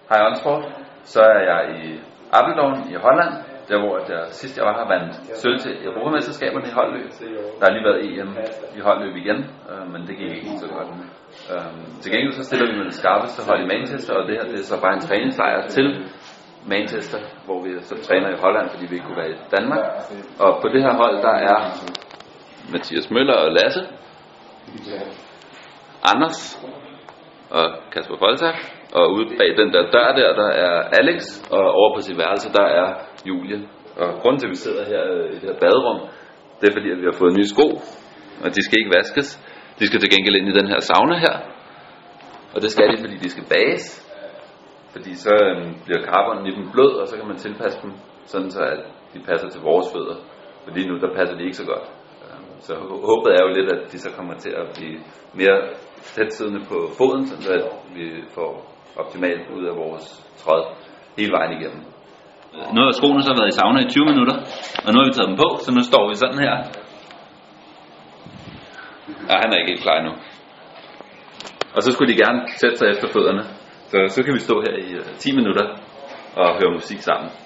Hej Onsport. Så er jeg i Apeldoorn i Holland, der hvor jeg sidst jeg var her vandt sølv til Europamesterskaberne i holdløb. Der har lige været EM i holdløb igen, men det gik ikke så godt. Til gengæld så stiller vi med det skarpeste hold i Manchester, og det her det er så bare en træningslejr til Manchester, hvor vi så træner i Holland, fordi vi ikke kunne være i Danmark. Og på det her hold der er Mathias Møller og Lasse, Anders og Kasper Foltak, og ude bag den der dør der er Alex, og over på sit værelse der er Julie. Og grunden til at vi sidder her i det her baderum, det er fordi at vi har fået nye sko, og de skal ikke vaskes. De skal til gengæld ind i den her sauna her, og det skal de fordi de skal bages, fordi så bliver karbonen i dem blød, og så kan man tilpasse dem sådan så at de passer til vores fødder. For lige nu der passer de ikke så godt. Så håbet er jo lidt at de så kommer til at blive mere tætsiddende på foden, så at vi får optimalt ud af vores tråd hele vejen igennem. Nu har skoene så været i sauna i 20 minutter, og nu har vi taget dem på, så nu står vi sådan her. Ja, han er ikke helt klar endnu. Og så skulle de gerne sætte sig efter fødderne, så kan vi stå her i 10 minutter og høre musik sammen.